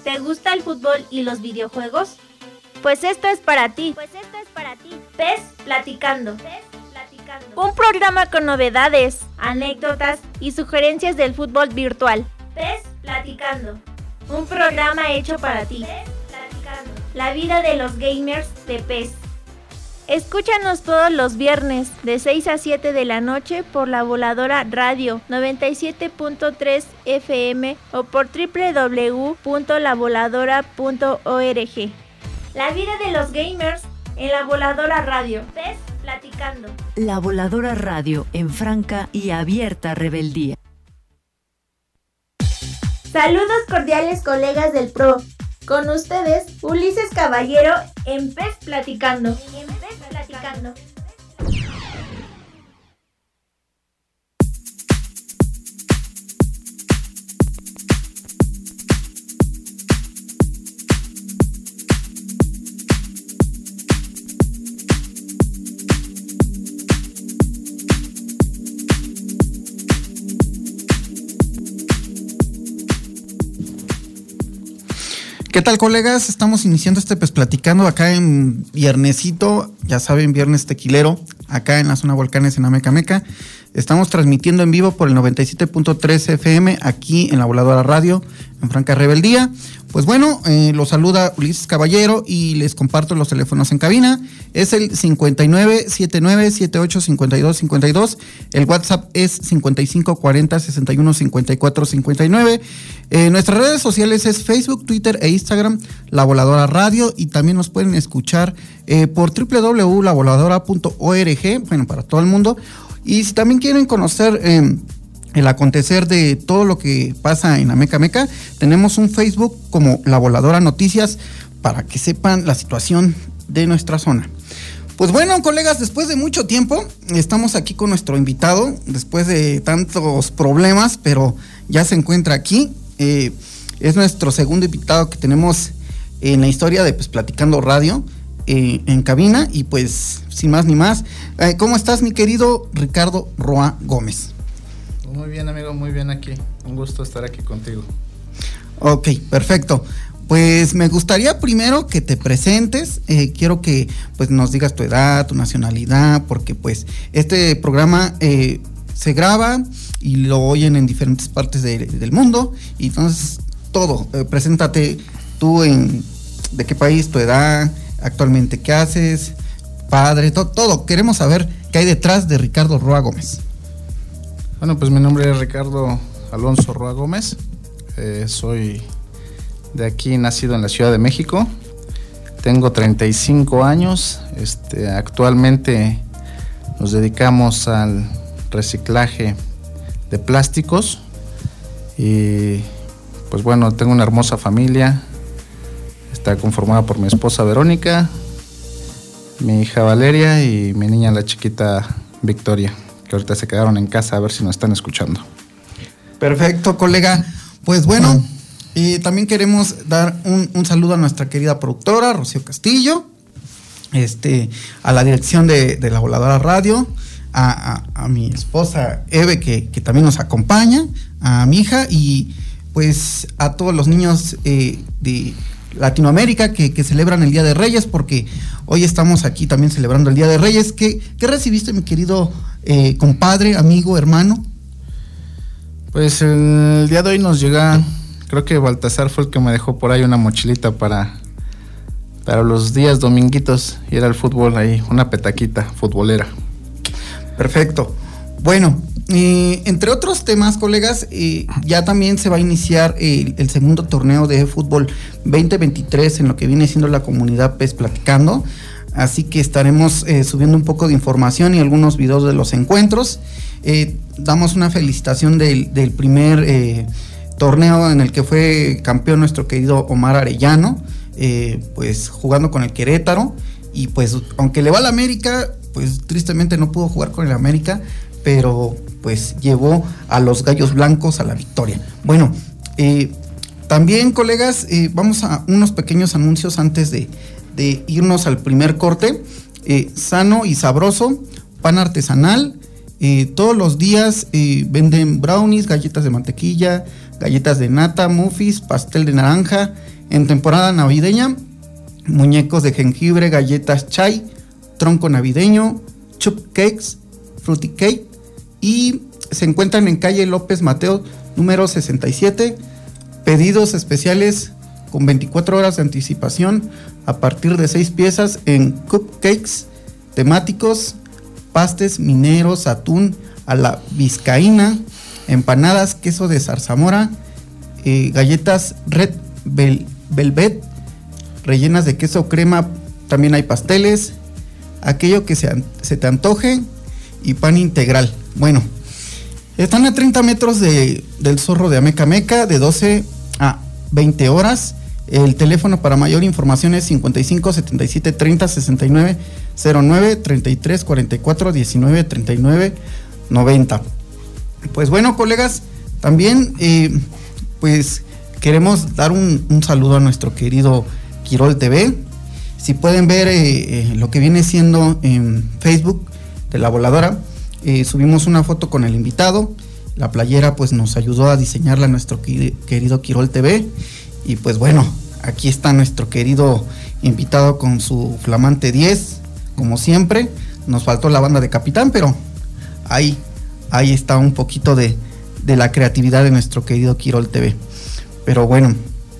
¿Te gusta el fútbol y los videojuegos? Pues esto es para ti. PES Platicando. Un programa con novedades, anécdotas y sugerencias del fútbol virtual. PES Platicando. Un programa hecho para ti. La vida de los gamers de PES. Escúchanos todos los viernes de 6 a 7 de la noche por La Voladora Radio 97.3 FM o por www.lavoladora.org. La vida de los gamers en La Voladora Radio. PES Platicando. La Voladora Radio en franca y abierta rebeldía. Saludos cordiales, colegas del PRO. Con ustedes, Ulises Caballero en PES Platicando. ¿Qué tal, colegas? Estamos iniciando PES Platicando acá en viernesito, ya saben, viernes tequilero, acá en la zona Volcanes en Amecameca. Estamos transmitiendo en vivo por el 97.3 FM aquí en La Voladora Radio, en franca rebeldía. Pues bueno, los saluda Ulises Caballero y les comparto los teléfonos en cabina. Es el 5979785252. El WhatsApp es 5540615459. Nuestras redes sociales es Facebook, Twitter e Instagram, La Voladora Radio, y también nos pueden escuchar por www.lavoladora.org, bueno, para todo el mundo. Y si también quieren conocer el acontecer de todo lo que pasa en Amecameca, tenemos un Facebook como La Voladora Noticias para que sepan la situación de nuestra zona. Pues bueno, colegas, después de mucho tiempo estamos aquí con nuestro invitado, después de tantos problemas, pero ya se encuentra aquí. Es nuestro segundo invitado que tenemos en la historia de PES Platicando Radio en cabina, y pues sin más ni más, ¿cómo estás, mi querido Ricardo Roa Gómez? Muy bien, amigo, muy bien aquí. Un gusto estar aquí contigo. Ok, perfecto. Pues me gustaría primero que te presentes. Quiero que pues nos digas tu edad, tu nacionalidad, porque pues este programa se graba y lo oyen en diferentes partes del mundo. Y entonces todo, preséntate tú, de qué país, tu edad, actualmente qué haces, padre, todo. Queremos saber qué hay detrás de Ricardo Roa Gómez. Bueno, pues mi nombre es Ricardo Alonso Roa Gómez. Soy de aquí, nacido en la Ciudad de México. Tengo 35 años. Actualmente nos dedicamos al reciclaje de plásticos. Y pues bueno, tengo una hermosa familia. Está conformada por mi esposa Verónica, mi hija Valeria y mi niña, la chiquita Victoria, que ahorita se quedaron en casa a ver si nos están escuchando. Perfecto, colega. Pues bueno, también queremos dar un saludo a nuestra querida productora, Rocío Castillo, a la dirección de La Voladora Radio, a mi esposa Eve, que también nos acompaña, a mi hija, y pues a todos los niños de Latinoamérica que celebran el Día de Reyes, porque hoy estamos aquí también celebrando el Día de Reyes. ¿Qué recibiste, mi querido compadre, amigo, hermano? Pues el día de hoy nos llega, creo que Baltasar fue el que me dejó por ahí una mochilita para los días dominguitos, y era el fútbol ahí, una petaquita futbolera. Perfecto. Bueno, entre otros temas, colegas, ya también se va a iniciar el segundo torneo de fútbol 2023 en lo que viene siendo la comunidad PES Platicando. Así que estaremos subiendo un poco de información y algunos videos de los encuentros. Damos una felicitación del primer torneo en el que fue campeón nuestro querido Omar Arellano, pues jugando con el Querétaro. Y pues aunque le va a la América, pues tristemente no pudo jugar con el América, pero pues llevó a los Gallos Blancos a la victoria. Bueno, también, colegas, vamos a unos pequeños anuncios antes de irnos al primer corte. Sano y sabroso, pan artesanal. Todos los días venden brownies, galletas de mantequilla, galletas de nata, muffins, pastel de naranja. En temporada navideña, muñecos de jengibre, galletas chai, tronco navideño, chup cakes, fruity cake. Y se encuentran en calle López Mateo, número 67. Pedidos especiales con 24 horas de anticipación a partir de 6 piezas en cupcakes temáticos, pastes mineros, atún a la vizcaína, empanadas, queso de zarzamora, galletas red velvet rellenas de queso crema, también hay pasteles, aquello que se te antoje, y pan integral. Bueno, están a 30 metros del Zorro de Ameca Meca, de 12 a 20 horas. El teléfono para mayor información es 55 77 30 69 09 33 44 19 39 90. Pues bueno, colegas, también pues queremos dar un saludo a nuestro querido Quirol TV. Si pueden ver lo que viene siendo en Facebook de La Voladora, subimos una foto con el invitado. La playera pues nos ayudó a diseñarla nuestro querido Quirol TV. Y pues bueno, aquí está nuestro querido invitado con su flamante 10, como siempre. Nos faltó la banda de capitán, pero ahí está un poquito de la creatividad de nuestro querido Quirol TV. Pero bueno,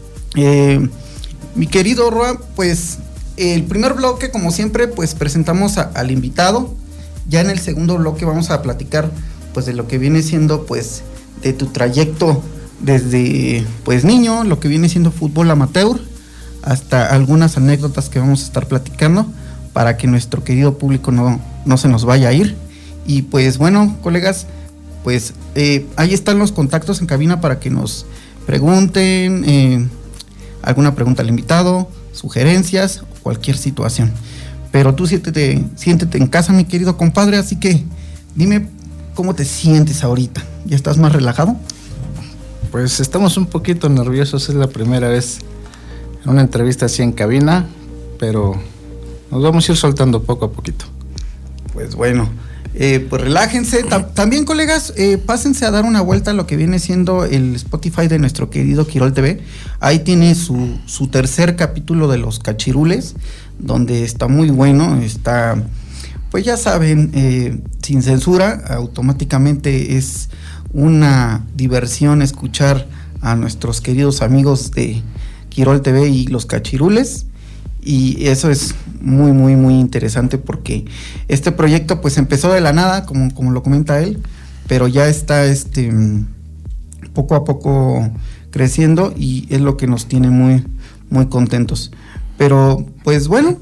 mi querido Roa, pues el primer bloque, como siempre, pues presentamos al invitado. Ya en el segundo bloque vamos a platicar pues de lo que viene siendo pues de tu trayecto desde pues niño, lo que viene siendo fútbol amateur, hasta algunas anécdotas que vamos a estar platicando para que nuestro querido público no se nos vaya a ir. Y pues bueno, colegas, pues ahí están los contactos en cabina para que nos pregunten alguna pregunta al invitado, sugerencias o cualquier situación. Pero tú siéntete en casa, mi querido compadre, así que dime cómo te sientes ahorita. ¿Ya estás más relajado? Pues estamos un poquito nerviosos, es la primera vez en una entrevista así en cabina, pero nos vamos a ir soltando poco a poquito. Pues bueno, pues relájense. También, colegas, pásense a dar una vuelta a lo que viene siendo el Spotify de nuestro querido Quirol TV. Ahí tiene su tercer capítulo de Los Cachirules, donde está muy bueno, está, pues ya saben, sin censura. Automáticamente es una diversión escuchar a nuestros queridos amigos de Quirol TV y Los Cachirules, y eso es muy muy muy interesante porque este proyecto pues empezó de la nada, como lo comenta él, pero ya está poco a poco creciendo, y es lo que nos tiene muy muy contentos. Pero pues bueno,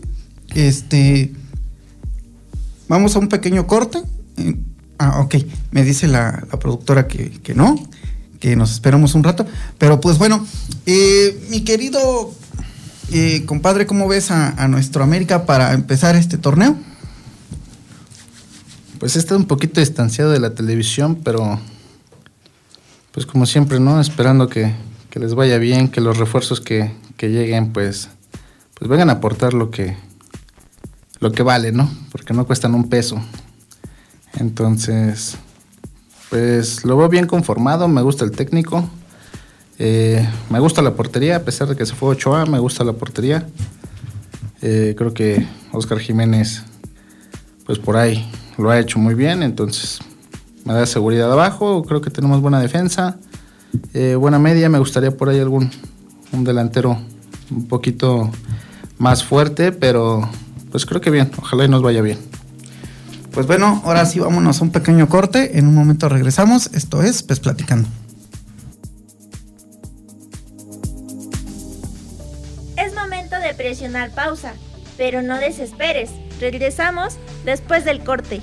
vamos a un pequeño corte. Ok, me dice la productora que no, que nos esperamos un rato. Pero pues bueno, mi querido compadre, ¿cómo ves a nuestro América para empezar este torneo? Pues está un poquito distanciado de la televisión, pero pues como siempre, ¿no? Esperando que les vaya bien, que los refuerzos que lleguen pues vengan a aportar lo que vale, ¿no? Porque no cuestan un peso. Entonces, pues lo veo bien conformado, me gusta el técnico, me gusta la portería, a pesar de que se fue Ochoa, me gusta la portería. Creo que Óscar Jiménez, pues por ahí lo ha hecho muy bien, entonces me da seguridad abajo. Creo que tenemos buena defensa, buena media. Me gustaría por ahí un delantero un poquito más fuerte, pero pues creo que bien, ojalá y nos vaya bien. Pues bueno, ahora sí vámonos a un pequeño corte. En un momento regresamos. Esto es Pues Platicando. Es momento de presionar pausa, pero no desesperes. Regresamos después del corte.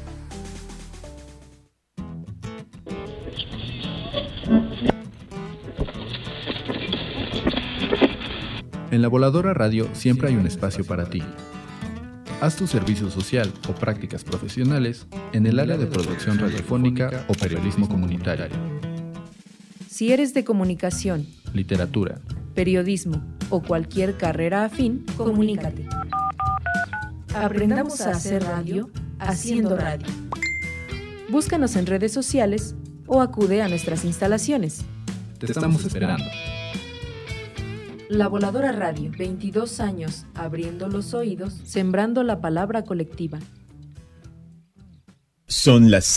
En La Voladora Radio siempre hay un espacio para ti. Haz tu servicio social o prácticas profesionales en el área de producción radiofónica o periodismo comunitario. Si eres de comunicación, literatura, periodismo o cualquier carrera afín, comunícate. Aprendamos a hacer radio haciendo radio. Búscanos en redes sociales o acude a nuestras instalaciones. Te estamos esperando. La Voladora Radio, 22 años, abriendo los oídos, sembrando la palabra colectiva. Son las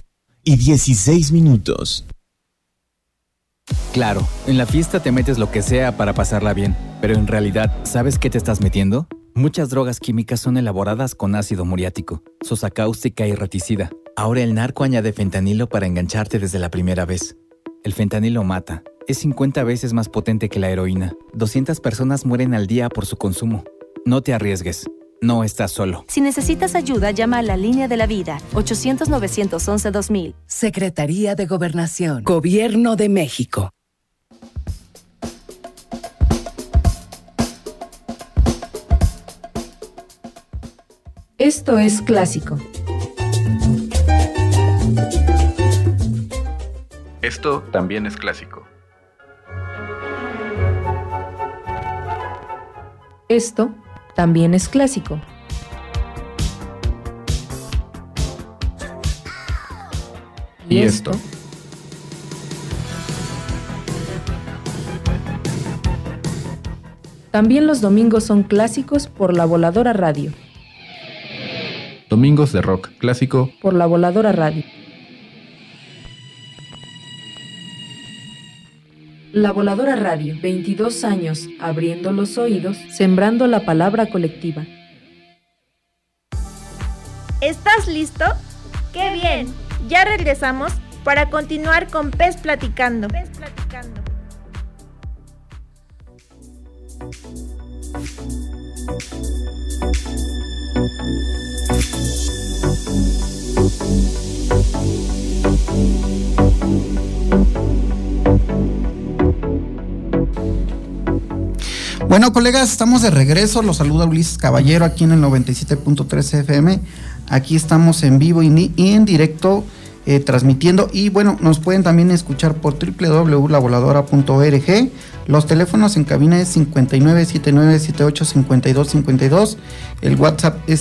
6:16. Claro, en la fiesta te metes lo que sea para pasarla bien, pero en realidad, ¿sabes qué te estás metiendo? Muchas drogas químicas son elaboradas con ácido muriático, sosa cáustica y reticida. Ahora el narco añade fentanilo para engancharte desde la primera vez. El fentanilo mata. Es 50 veces más potente que la heroína. 200 personas mueren al día por su consumo. No te arriesgues. No estás solo. Si necesitas ayuda, llama a la Línea de la Vida, 800-911-2000. Secretaría de Gobernación, Gobierno de México. Esto es Clásico. Esto también es clásico. Esto también es clásico. Y esto. También los domingos son clásicos por La Voladora Radio. Domingos de rock clásico por La Voladora Radio. La Voladora Radio, 22 años, abriendo los oídos, sembrando la palabra colectiva. ¿Estás listo? ¡Qué bien! Ya regresamos para continuar con Pez Platicando. Bueno, colegas, estamos de regreso. Los saluda Ulises Caballero aquí en el 97.3 FM. Aquí estamos en vivo y en directo transmitiendo. Y bueno, nos pueden también escuchar por www.lavoladora.org. Los teléfonos en cabina es 5979785252. El WhatsApp es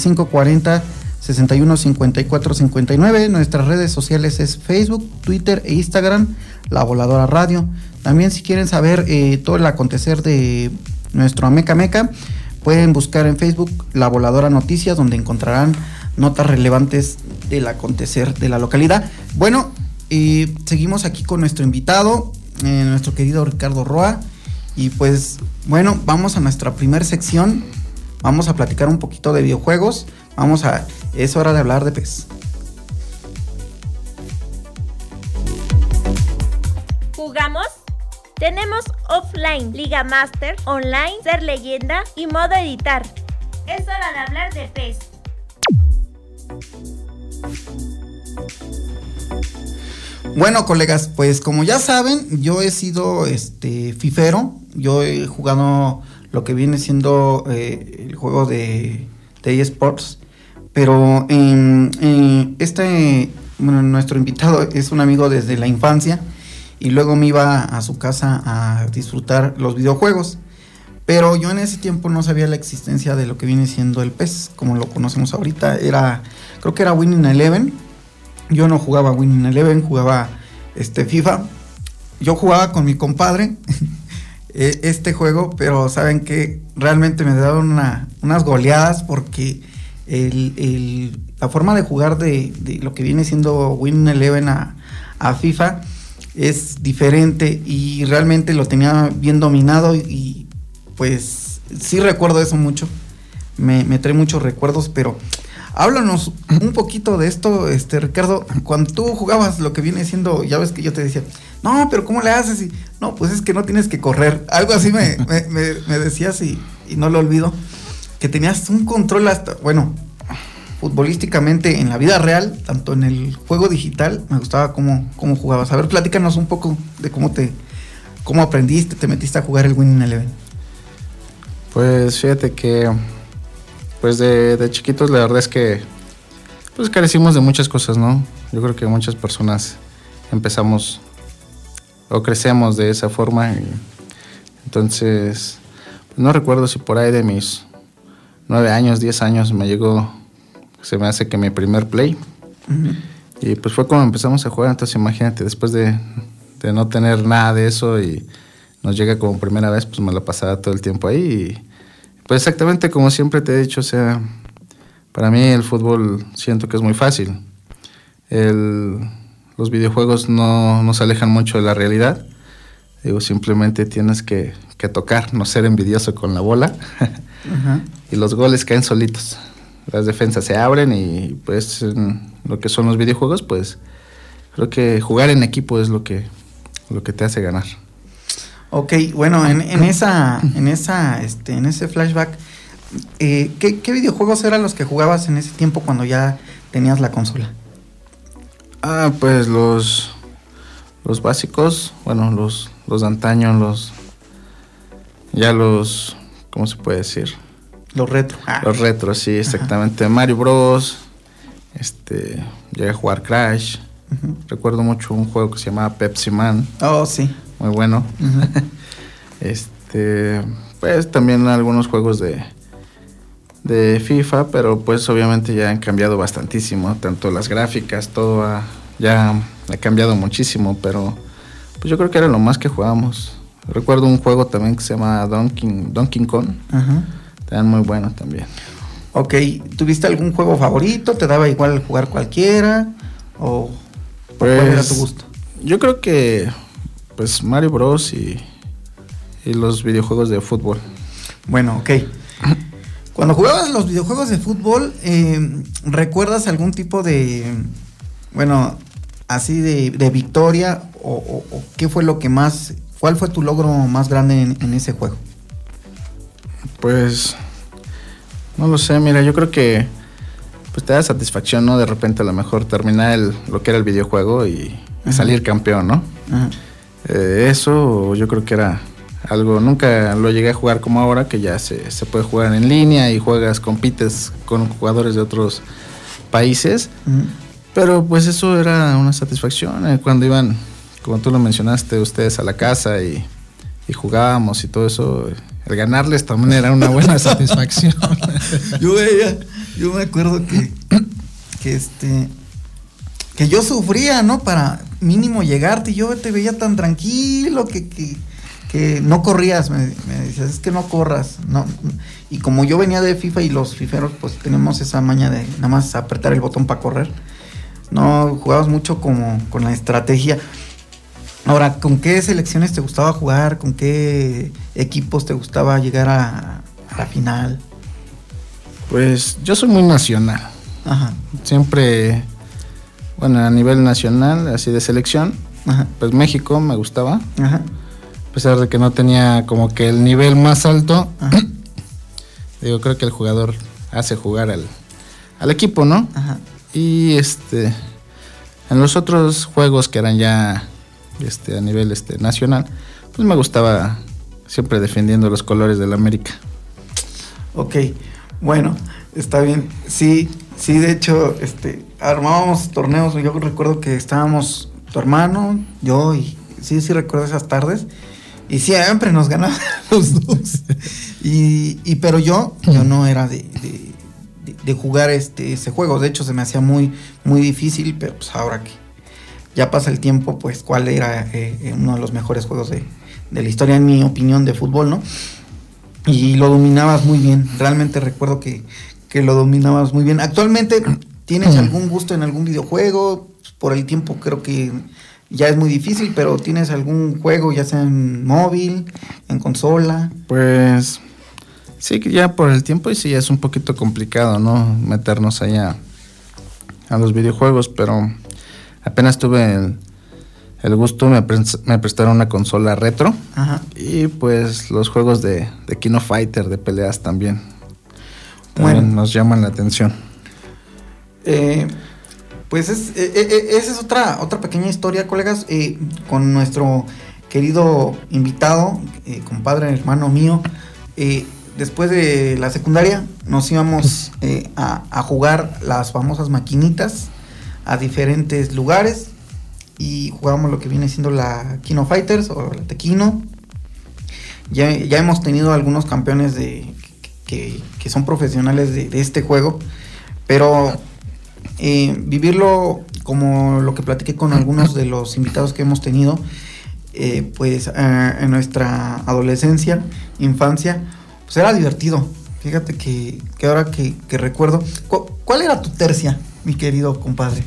5540-615459. Nuestras redes sociales es Facebook, Twitter e Instagram, La Voladora Radio. También si quieren saber todo el acontecer de nuestro Ameca Meca, pueden buscar en Facebook La Voladora Noticias, donde encontrarán notas relevantes del acontecer de la localidad. Bueno, seguimos aquí con nuestro invitado, nuestro querido Ricardo Roa. Y pues bueno, vamos a nuestra primera sección. Vamos a platicar un poquito de videojuegos. Es hora de hablar de PES. ¿Jugamos? Tenemos offline, Liga Master, online, ser leyenda y modo editar. Es hora de hablar de PES. Bueno, colegas, pues como ya saben, yo he sido fifero. Yo he jugado lo que viene siendo el juego de eSports. Pero nuestro invitado es un amigo desde la infancia. Y luego me iba a su casa a disfrutar los videojuegos. Pero yo en ese tiempo no sabía la existencia de lo que viene siendo el PES, como lo conocemos ahorita. Creo que era Winning Eleven. Yo no jugaba Winning Eleven, jugaba FIFA. Yo jugaba con mi compadre este juego, pero saben que realmente me daban unas goleadas porque la forma de jugar de lo que viene siendo Winning Eleven a FIFA es diferente y realmente lo tenía bien dominado y pues sí recuerdo eso mucho. Me trae muchos recuerdos, pero háblanos un poquito de esto, Ricardo. Cuando tú jugabas lo que viene siendo, ya ves que yo te decía, no, pero ¿cómo le haces? Y, no, pues es que no tienes que correr. Algo así me decías y no lo olvido. Que tenías un control futbolísticamente en la vida real, tanto en el juego digital. Me gustaba cómo jugabas. A ver, platícanos un poco de cómo aprendiste, te metiste a jugar el Winning Eleven. Pues fíjate que pues de chiquitos la verdad es que pues carecimos de muchas cosas, ¿no? Yo creo que muchas personas empezamos o crecemos de esa forma y entonces pues no recuerdo si por ahí de mis 9 años, 10 años se me hace que mi primer play. Uh-huh. Y pues fue cuando empezamos a jugar. Entonces imagínate, después de de no tener nada de eso y nos llega como primera vez, pues me la pasaba todo el tiempo ahí. Y pues exactamente como siempre te he dicho, o sea, para mí el fútbol siento que es muy fácil. Los videojuegos no nos alejan mucho de la realidad. Digo, simplemente tienes que tocar, no ser envidioso con la bola. Uh-huh. Y los goles caen solitos. Las defensas se abren y pues en lo que son los videojuegos, pues creo que jugar en equipo es lo que te hace ganar. Ok, bueno, en ese flashback, ¿qué videojuegos eran los que jugabas en ese tiempo cuando ya tenías la consola? Pues los básicos, bueno, los de antaño, ¿cómo se puede decir? Los retro. Los retro, sí, exactamente. Ajá. Mario Bros. Llegué a jugar Crash. Uh-huh. Recuerdo mucho un juego que se llamaba Pepsi Man. Oh, sí. Muy bueno. Uh-huh. Pues también algunos juegos de FIFA, pero pues obviamente ya han cambiado bastantísimo. Tanto las gráficas, todo ya ha cambiado muchísimo, pero pues yo creo que era lo más que jugábamos. Recuerdo un juego también que se llama Donkey Kong. Uh-huh. Eran muy buenos también. Ok, ¿tuviste algún juego favorito? ¿Te daba igual jugar cualquiera? ¿O pues, cuál era tu gusto? Yo creo que pues Mario Bros. Y los videojuegos de fútbol. Bueno, ok. Cuando jugabas los videojuegos de fútbol, ¿recuerdas algún tipo de, bueno, así de victoria? ¿O qué fue lo que más, cuál fue tu logro más grande en ese juego? Pues no lo sé, mira, yo creo que pues te da satisfacción, ¿no? De repente a lo mejor terminar lo que era el videojuego y salir campeón, ¿no? Eso yo creo que era algo, nunca lo llegué a jugar como ahora, que ya se puede jugar en línea y compites con jugadores de otros países, pero pues eso era una satisfacción, cuando iban, como tú lo mencionaste, ustedes a la casa y jugábamos y todo eso. El ganarles también era una buena satisfacción. Yo me acuerdo que yo sufría, ¿no? Para mínimo llegarte, y yo te veía tan tranquilo que no corrías, me decías, es que no corras, no. Y como yo venía de FIFA y los fiferos pues tenemos esa maña de nada más apretar el botón para correr, no jugabas mucho como con la estrategia. Ahora, ¿con qué selecciones te gustaba jugar? ¿Con qué equipos te gustaba llegar a la final? Pues yo soy muy nacional. Ajá. Siempre, bueno, a nivel nacional, así de selección, ajá, pues México me gustaba. Ajá. A pesar de que no tenía como que el nivel más alto, digo, creo que el jugador hace jugar al equipo, ¿no? Ajá. Y en los otros juegos que eran ya a nivel nacional, pues me gustaba siempre defendiendo los colores del América. Ok, bueno, está bien. Sí, de hecho, armábamos torneos. Yo recuerdo que estábamos tu hermano, yo, y sí recuerdo esas tardes, y siempre nos ganaban los dos. Pero yo no era de jugar ese juego. De hecho, se me hacía muy, muy difícil, pero pues ahora que ya pasa el tiempo, pues cuál era uno de los mejores juegos de la historia, en mi opinión, de fútbol, ¿no? Y lo dominabas muy bien. Realmente recuerdo que lo dominabas muy bien. Actualmente, ¿tienes algún gusto en algún videojuego? Por el tiempo creo que ya es muy difícil, pero ¿tienes algún juego, ya sea en móvil, en consola? Pues sí, que ya por el tiempo y sí es un poquito complicado, ¿no? Meternos allá a los videojuegos, pero apenas tuve el gusto, me prestaron una consola retro. Ajá. Y pues los juegos de King of Fighter, de peleas también nos llaman la atención. Pues esa es otra pequeña historia, colegas, con nuestro querido invitado, compadre, hermano mío. Después de la secundaria nos íbamos a jugar las famosas maquinitas a diferentes lugares y jugábamos lo que viene siendo la King of Fighters o la Tequino. Ya hemos tenido algunos campeones que son profesionales de este juego, pero vivirlo como lo que platiqué con algunos de los invitados que hemos tenido, pues en nuestra adolescencia, infancia, pues era divertido. Fíjate que ahora que recuerdo, ¿cuál era tu tercia, mi querido compadre?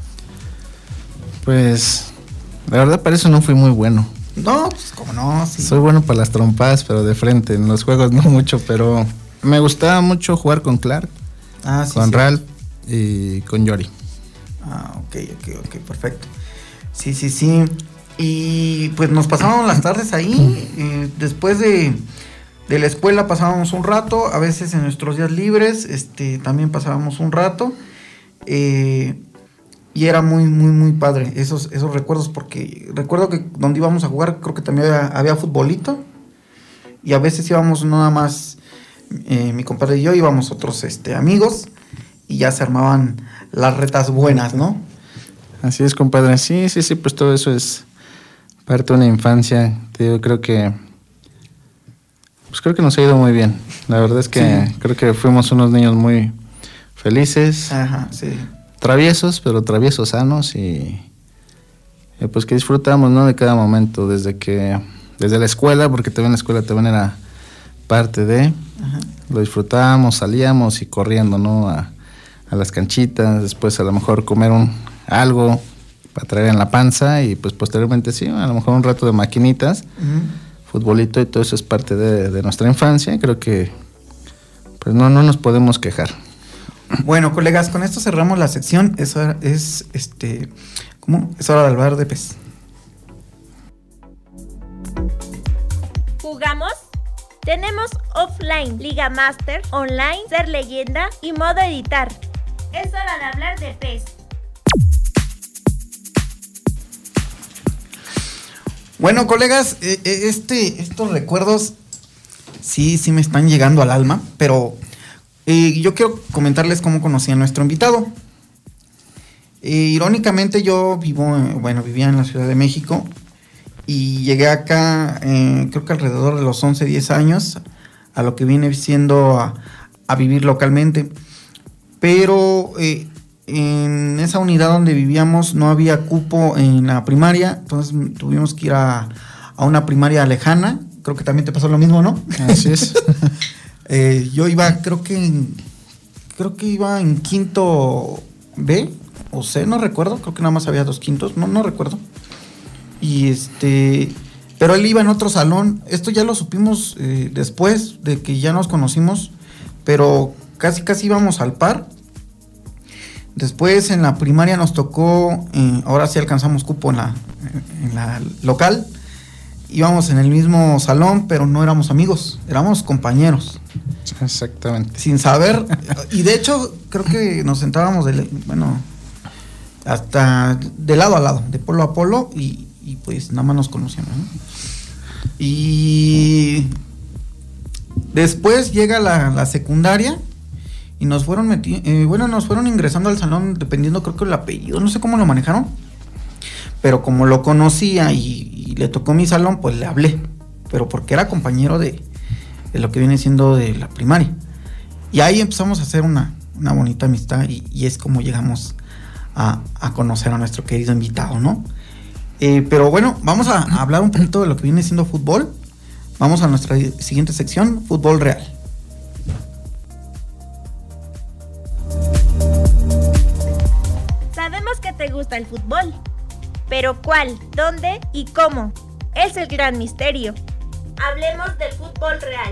Pues la verdad para eso no fui muy bueno. No, pues cómo no, sí. Soy bueno para las trompadas, pero de frente, en los juegos no mucho, pero me gustaba mucho jugar con Clark, con Ralph y con Yori. Ok, perfecto. Sí. Y pues nos pasábamos las tardes ahí, después de la escuela pasábamos un rato, a veces en nuestros días libres, también pasábamos un rato, y era muy padre esos recuerdos, porque recuerdo que donde íbamos a jugar creo que también había futbolito, y a veces íbamos nada más mi compadre y yo, íbamos otros amigos, y ya se armaban las retas buenas, ¿no? Así es, compadre. Sí, pues todo eso es parte de una infancia. Yo creo que nos ha ido muy bien. La verdad es que creo que fuimos unos niños muy felices. Ajá, sí. Traviesos, pero traviesos sanos y pues que disfrutamos, ¿no? De cada momento, desde la escuela, porque también la escuela también era parte de. Ajá. Lo disfrutábamos, salíamos y corriendo, ¿no? A las canchitas, después a lo mejor comer algo para traer en la panza y pues posteriormente sí, a lo mejor un rato de maquinitas, futbolito, y todo eso es parte de nuestra infancia. Creo que pues no nos podemos quejar. Bueno, colegas, con esto cerramos la sección. Es hora de hablar de PES. ¿Jugamos? Tenemos offline, Liga Master, online, ser leyenda y modo editar. Es hora de hablar de PES. Bueno, colegas, estos recuerdos sí me están llegando al alma, pero yo quiero comentarles cómo conocí a nuestro invitado. Irónicamente yo vivía en la Ciudad de México y llegué acá creo que alrededor de los 11, 10 años a lo que viene siendo a vivir localmente, pero en esa unidad donde vivíamos no había cupo en la primaria, entonces tuvimos que ir a una primaria lejana. Creo que también te pasó lo mismo, ¿no? Así es. Yo iba, creo que iba en quinto B o C, no recuerdo, creo que nada más había 2 quintos, no recuerdo. Y pero él iba en otro salón. Esto ya lo supimos después de que ya nos conocimos, pero casi íbamos al par. Después en la primaria nos tocó, ahora sí alcanzamos cupo en la local. Íbamos en el mismo salón, pero no éramos amigos, éramos compañeros. Exactamente. Sin saber, y de hecho creo que nos sentábamos hasta de lado a lado, de polo a polo, y pues nada más nos conocíamos, ¿no? Y después llega la secundaria y nos fueron ingresando al salón dependiendo, creo que el apellido, no sé cómo lo manejaron, pero como lo conocía y le tocó mi salón, pues le hablé, pero porque era compañero de lo que viene siendo de la primaria, y ahí empezamos a hacer una bonita amistad, y es como llegamos a conocer a nuestro querido invitado, ¿no? Pero bueno, vamos a hablar un poquito de lo que viene siendo fútbol. Vamos a nuestra siguiente sección, fútbol real. Sabemos que te gusta el fútbol, pero ¿cuál, dónde y cómo? Es el gran misterio. Hablemos del fútbol real.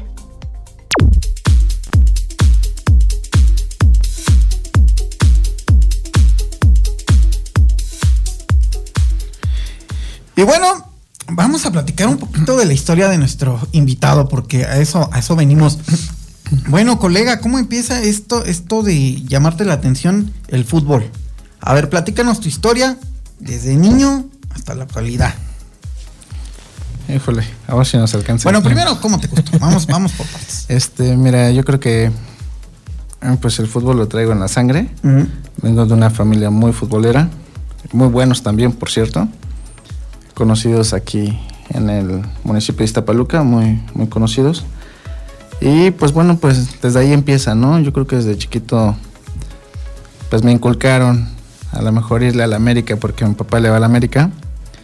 Y bueno, vamos a platicar un poquito de la historia de nuestro invitado, porque a eso venimos. Bueno, colega, ¿cómo empieza esto de llamarte la atención el fútbol? A ver, platícanos tu historia desde niño hasta la actualidad. Híjole, a ver si nos alcanza. Bueno, primero, ¿cómo te gustó? Vamos por partes. Mira, yo creo que pues el fútbol lo traigo en la sangre. Uh-huh. Vengo de una familia muy futbolera, muy buenos también, por cierto. Conocidos aquí en el municipio de Iztapaluca, muy conocidos. Y pues bueno, pues desde ahí empieza, ¿no? Yo creo que desde chiquito pues me inculcaron a lo mejor irle a la América, porque mi papá le va a la América.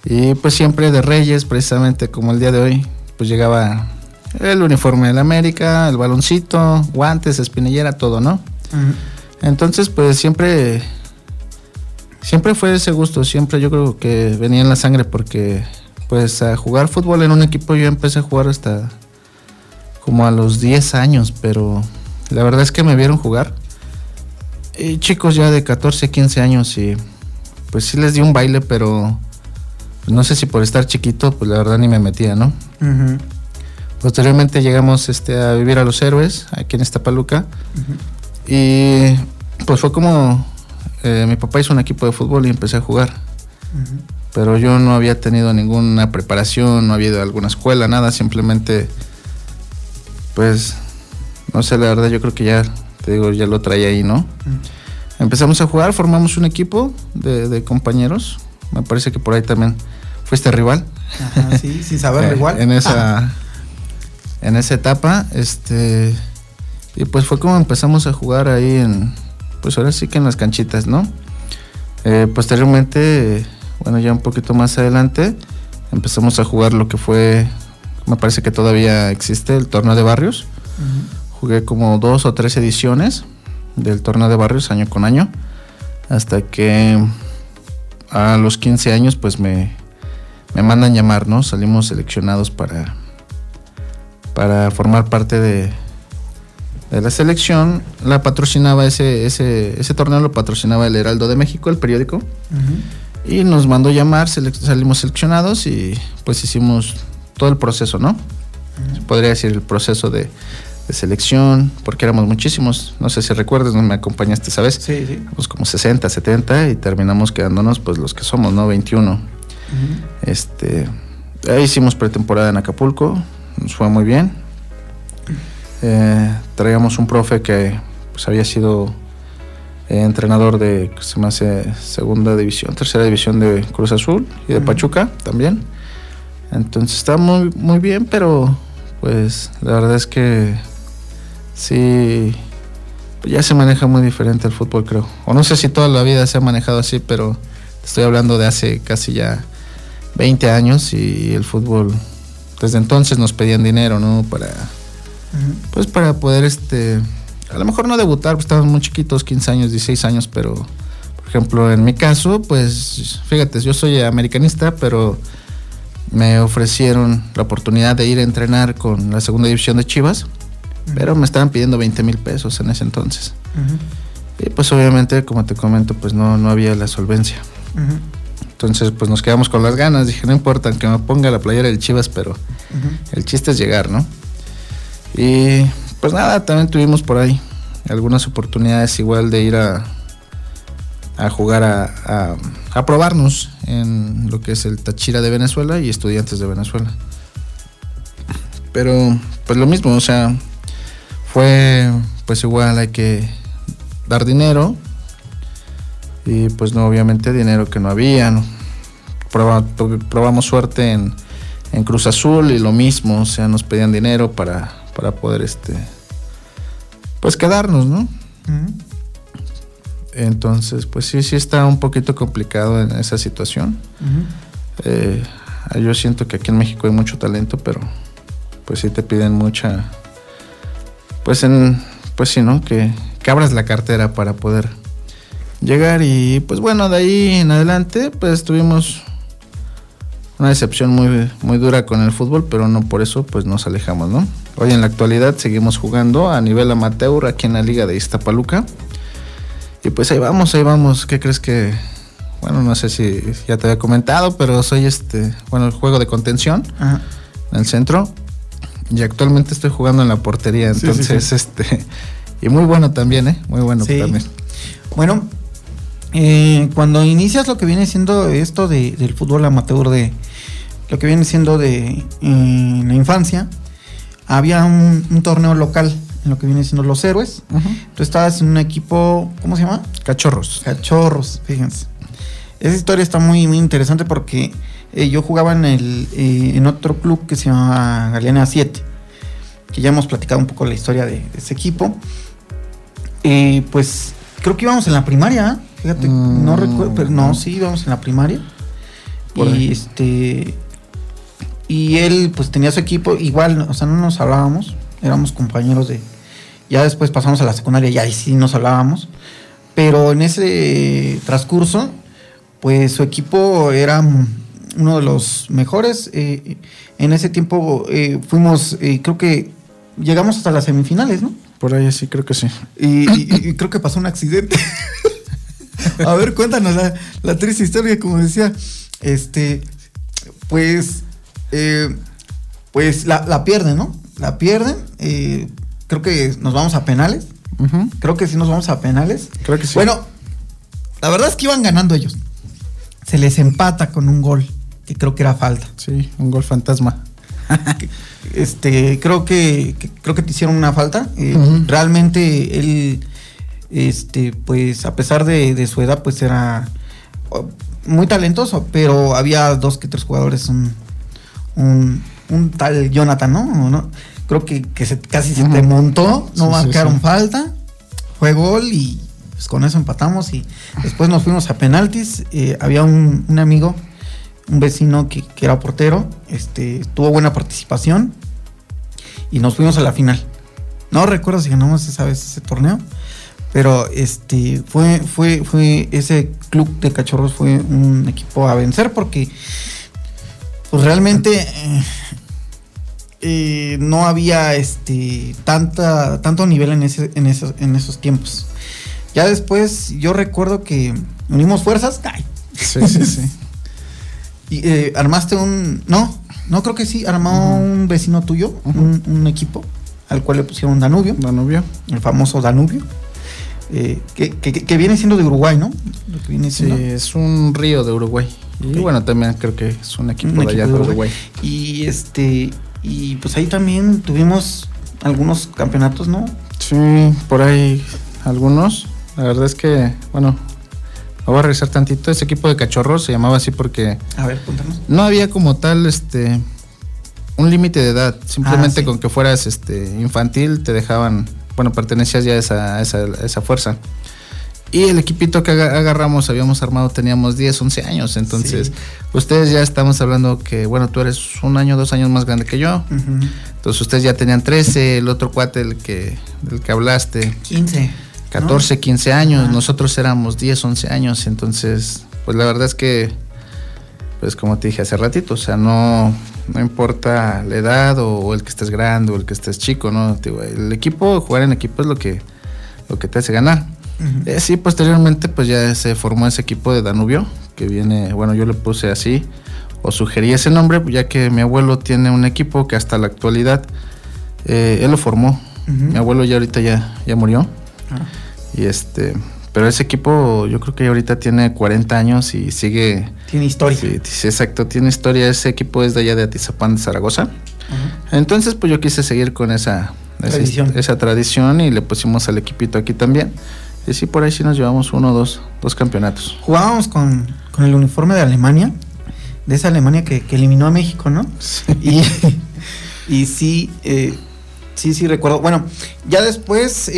Y pues siempre de Reyes, precisamente como el día de hoy, pues llegaba el uniforme de la América, el baloncito, guantes, espinillera, todo, ¿no? Entonces pues siempre fue ese gusto, siempre yo creo que venía en la sangre, porque pues a jugar fútbol en un equipo yo empecé a jugar hasta como a los 10 años, pero la verdad es que me vieron jugar y chicos ya de 14, 15 años, y pues sí les di un baile, pero pues no sé si por estar chiquito, pues la verdad ni me metía, ¿no? Posteriormente llegamos a vivir a Los Héroes, aquí en Iztapaluca, y pues fue como mi papá hizo un equipo de fútbol y empecé a jugar, pero yo no había tenido ninguna preparación, no había ido a alguna escuela, nada, simplemente pues no sé, la verdad yo creo que ya, te digo, ya lo traía ahí, ¿no? Empezamos a jugar, formamos un equipo de compañeros, me parece que por ahí también fuiste rival. Ajá, sí, sin saberlo igual. En esa etapa, y pues fue como empezamos a jugar ahí pues ahora sí que en las canchitas, ¿no? Posteriormente, bueno, ya un poquito más adelante, empezamos a jugar lo que fue, me parece que todavía existe, el torneo de barrios. Jugué como 2 o 3 ediciones del torneo de barrios año con año, hasta que a los 15 años pues me mandan llamar, ¿no? Salimos seleccionados para formar parte de la selección. La patrocinaba ese torneo, lo patrocinaba el Heraldo de México, el periódico, y nos mandó llamar, salimos seleccionados y pues hicimos todo el proceso, ¿no? Se podría decir el proceso de selección, porque éramos muchísimos, no sé si recuerdas, ¿no? Me acompañaste, ¿sabes? Sí. Pues como 60, 70 y terminamos quedándonos pues los que somos, ¿no? 21. Ahí hicimos pretemporada en Acapulco, nos fue muy bien. Traíamos un profe que pues había sido entrenador de, se me hace, tercera división de Cruz Azul y de Pachuca también. Entonces está muy, muy bien, pero pues la verdad es que sí, pues ya se maneja muy diferente el fútbol, creo. O no sé si toda la vida se ha manejado así, pero estoy hablando de hace casi ya 20 años y el fútbol, desde entonces nos pedían dinero, ¿no? Pues para poder, a lo mejor no debutar, pues estábamos muy chiquitos, 15 años, 16 años, pero, por ejemplo, en mi caso, pues, fíjate, yo soy americanista, pero me ofrecieron la oportunidad de ir a entrenar con la segunda división de Chivas, pero me estaban pidiendo 20,000 pesos en ese entonces. Y pues obviamente, como te comento, pues no había la solvencia. Entonces pues nos quedamos con las ganas, dije, no importa que me ponga la playera del Chivas, pero el chiste es llegar, ¿no? Y pues nada, también tuvimos por ahí algunas oportunidades igual de ir a jugar a probarnos en lo que es el Táchira de Venezuela y Estudiantes de Venezuela. Pero pues lo mismo, o sea, fue pues igual hay que dar dinero y pues no, obviamente dinero que no había, ¿no? Probamos suerte en Cruz Azul y lo mismo, o sea, nos pedían dinero para poder pues quedarnos, ¿no? Entonces pues sí está un poquito complicado en esa situación. Yo siento que aquí en México hay mucho talento, pero pues sí te piden mucha, pues sí, ¿no? Que abras la cartera para poder llegar. Y pues bueno, de ahí en adelante pues tuvimos una decepción muy, muy dura con el fútbol, pero no por eso pues nos alejamos, ¿no? Hoy en la actualidad seguimos jugando a nivel amateur aquí en la Liga de Iztapaluca. Y pues ahí vamos. ¿Qué crees que? Bueno, no sé si ya te había comentado, pero soy el juego de contención en el centro. Y actualmente estoy jugando en la portería, entonces sí. Y muy bueno también, muy bueno también. Bueno, cuando inicias lo que viene siendo esto del fútbol amateur, de lo que viene siendo de la infancia, había un torneo local en lo que viene siendo Los Héroes. Tú estabas en un equipo, ¿cómo se llama? Cachorros, fíjense. Esa historia está muy, muy interesante porque yo jugaba en otro club que se llama Galeana 7, que ya hemos platicado un poco la historia de ese equipo. Pues creo que íbamos en la primaria, fíjate, no recuerdo, pero no, sí íbamos en la primaria. Y él pues tenía su equipo, igual, o sea, no nos hablábamos, éramos compañeros ya después pasamos a la secundaria y ahí sí nos hablábamos, pero en ese transcurso, pues su equipo era uno de los mejores. En ese tiempo fuimos, creo que llegamos hasta las semifinales, ¿no? Por ahí sí, creo que sí. Y creo que pasó un accidente. A ver, cuéntanos la triste historia, como decía. Pues la pierden, ¿no? La pierden. Creo que nos vamos a penales. Uh-huh. Creo que sí nos vamos a penales. Creo que sí. Bueno, la verdad es que iban ganando ellos. Se les empata con un gol, que creo que era falta. Sí, un gol fantasma. Creo que te hicieron una falta. Uh-huh. Realmente él, pues a pesar de su edad, pues era muy talentoso, pero había 2 que 3 jugadores, un tal Jonathan, ¿no? Creo que casi se te montó, no marcaron falta, fue gol y pues con eso empatamos y después nos fuimos a penaltis. Había un amigo, un vecino que era portero, tuvo buena participación y nos fuimos a la final. No recuerdo si ganamos esa vez ese torneo, pero fue ese club de Cachorros fue un equipo a vencer porque pues realmente no había tanto nivel en esos tiempos. Ya después yo recuerdo que unimos fuerzas. Ay. Sí. Y armaste no creo que sí, armó un vecino tuyo, un equipo al cual le pusieron Danubio, el famoso Danubio, que viene siendo de Uruguay, ¿no? Lo que viene siendo. Sí, es un río de Uruguay. Okay. Y bueno, también creo que es un equipo de allá de Uruguay. Y pues ahí también tuvimos algunos campeonatos, ¿no? Sí, por ahí algunos. La verdad es que, bueno, voy a revisar tantito. Ese equipo de Cachorros se llamaba así porque... A ver, cuéntanos. No había como tal un límite de edad. Simplemente con que fueras infantil te dejaban... Bueno, pertenecías ya a esa fuerza. Y el equipito que agarramos, habíamos armado, teníamos 10, 11 años. Entonces, ustedes ya estamos hablando que, bueno, tú eres 1 año, 2 años más grande que yo. Uh-huh. Entonces, ustedes ya tenían 13, el otro cuate del que hablaste. 15. 14, 15 años. Nosotros éramos 10, 11 años. Entonces, pues la verdad es que, pues como te dije hace ratito, o sea, no importa la edad o el que estés grande o el que estés chico, ¿no? El equipo, jugar en equipo es lo que te hace ganar. Uh-huh. Sí, posteriormente pues ya se formó ese equipo de Danubio, que viene, bueno, yo le puse así, o sugerí ese nombre, ya que mi abuelo tiene un equipo que hasta la actualidad, él lo formó. Uh-huh. Mi abuelo ya ahorita ya murió. Uh-huh. Y pero ese equipo yo creo que ahorita tiene 40 años y sigue... Tiene historia. Sí, exacto, tiene historia. Ese equipo es de allá de Atizapán de Zaragoza. Uh-huh. Entonces pues yo quise seguir con esa tradición y le pusimos al equipito aquí también. Y sí, por ahí sí nos llevamos 1 o 2 campeonatos. Jugábamos con el uniforme de Alemania, de esa Alemania que eliminó a México, ¿no? Sí. Y sí recuerdo. Bueno, ya después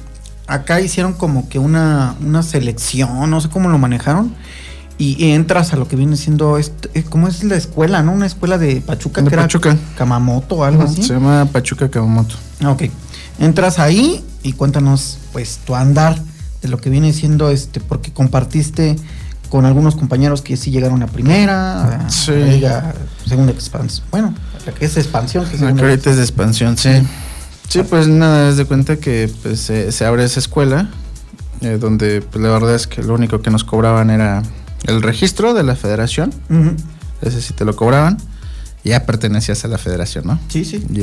acá hicieron como que una selección, no sé cómo lo manejaron, y entras a lo que viene siendo, ¿cómo es la escuela, no? Una escuela de Pachuca, de Pachuca. Kamamoto o algo así. Se llama Pachuca Kamamoto. Ok. Entras ahí y cuéntanos, pues, tu andar de lo que viene siendo porque compartiste con algunos compañeros que sí llegaron a primera, a segunda expansión. Bueno, la que es expansión. La que ahorita es de expansión, sí. Sí, pues nada, haz de cuenta que pues, se abre esa escuela, donde pues la verdad es que lo único que nos cobraban era el registro de la federación. Uh-huh. Ese sí te lo cobraban, y ya pertenecías a la federación, ¿no? Sí.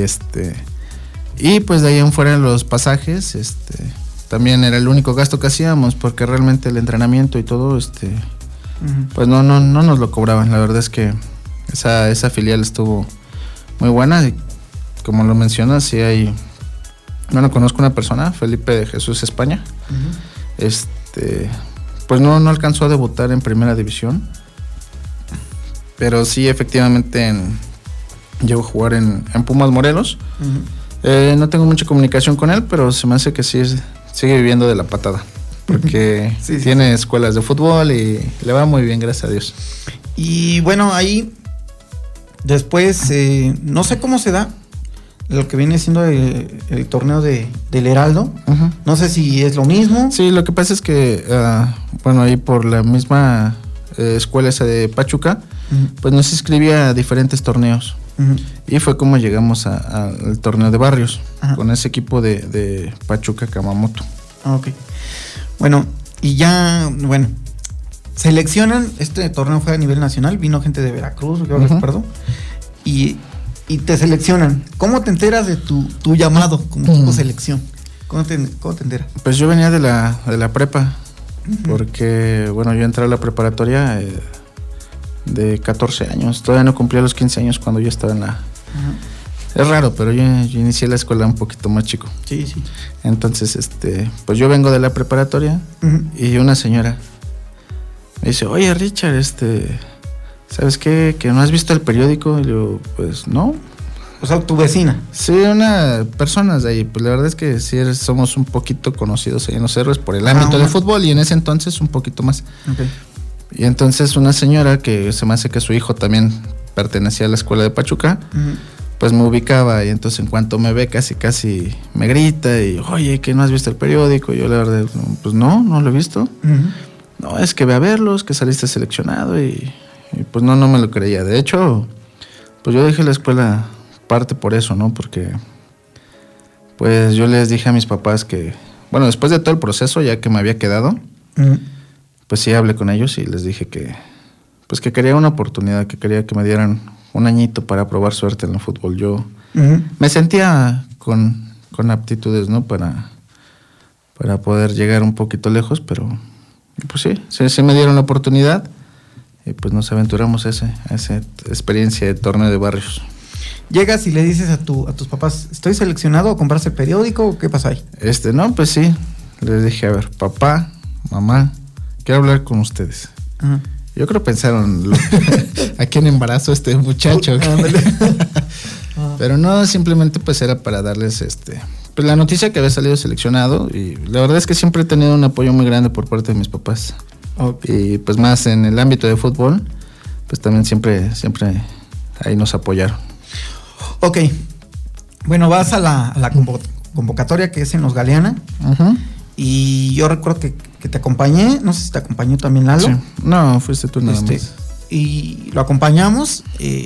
Y pues de ahí en fuera los pasajes, también era el único gasto que hacíamos, porque realmente el entrenamiento y todo, uh-huh, pues no nos lo cobraban. La verdad es que esa filial estuvo muy buena, y como lo mencionas, sí hay... Bueno, conozco una persona, Felipe de Jesús España. Uh-huh. Pues no alcanzó a debutar en primera división, pero sí efectivamente llegó a jugar en Pumas Morelos. Uh-huh. No tengo mucha comunicación con él, pero se me hace que sí sigue viviendo de la patada, porque tiene escuelas de fútbol y le va muy bien, gracias a Dios. Y bueno, ahí después, no sé cómo se da lo que viene siendo el torneo del Heraldo. Uh-huh. No sé si es lo mismo. Sí, lo que pasa es que, bueno, ahí por la misma escuela esa de Pachuca, pues nos inscribía a diferentes torneos. Y fue como llegamos al torneo de barrios, con ese equipo de Pachuca Kamamoto. Ok. Bueno, y ya, bueno, seleccionan, este torneo fue a nivel nacional, vino gente de Veracruz, yo recuerdo, y te seleccionan. ¿Cómo te enteras de tu llamado como equipo selección? ¿Cómo te enteras? Pues yo venía de la prepa, porque, bueno, yo entré a la preparatoria de 14 años, todavía no cumplía los 15 años cuando yo estaba en la... Es raro, pero yo inicié la escuela un poquito más chico. Sí, sí. Entonces, pues yo vengo de la preparatoria y una señora me dice, oye, Richard, ¿sabes qué? ¿Que no has visto el periódico? Y yo, pues, no. O sea, tu vecina. Sí, personas de ahí. Pues la verdad es que sí somos un poquito conocidos ahí en Los Héroes por el ámbito del fútbol y en ese entonces un poquito más. Okay. Y entonces una señora que se me hace que su hijo también pertenecía a la escuela de Pachuca, pues me ubicaba y entonces en cuanto me ve casi me grita y, oye, ¿que no has visto el periódico? Y yo la verdad, pues no lo he visto. No, es que ve a verlos, que saliste seleccionado y pues no me lo creía. De hecho, pues yo dejé la escuela parte por eso, ¿no? Porque pues yo les dije a mis papás que, bueno, después de todo el proceso, ya que me había quedado, pues sí hablé con ellos y les dije que pues que quería una oportunidad, que quería que me dieran un añito para probar suerte en el fútbol. Yo me sentía con aptitudes, ¿no? Para poder llegar un poquito lejos, pero pues sí me dieron la oportunidad y pues nos aventuramos a esa experiencia de torneo de barrios. Llegas y le dices a tus papás, ¿estoy seleccionado o compraste el periódico o qué pasa ahí? No, pues sí, les dije, a ver, papá, mamá, quiero hablar con ustedes. Yo creo pensaron, ¿a quién embarazo este muchacho? Pero no, simplemente pues era para darles pues la noticia que había salido seleccionado y la verdad es que siempre he tenido un apoyo muy grande por parte de mis papás. Okay. Y pues más en el ámbito de fútbol, pues también siempre ahí nos apoyaron. Ok, bueno, vas a la convocatoria que es en Los Galeana. Y yo recuerdo que te acompañé, no sé si te acompañó también Lalo. Sí. No, fuiste tú nada más. Y lo acompañamos,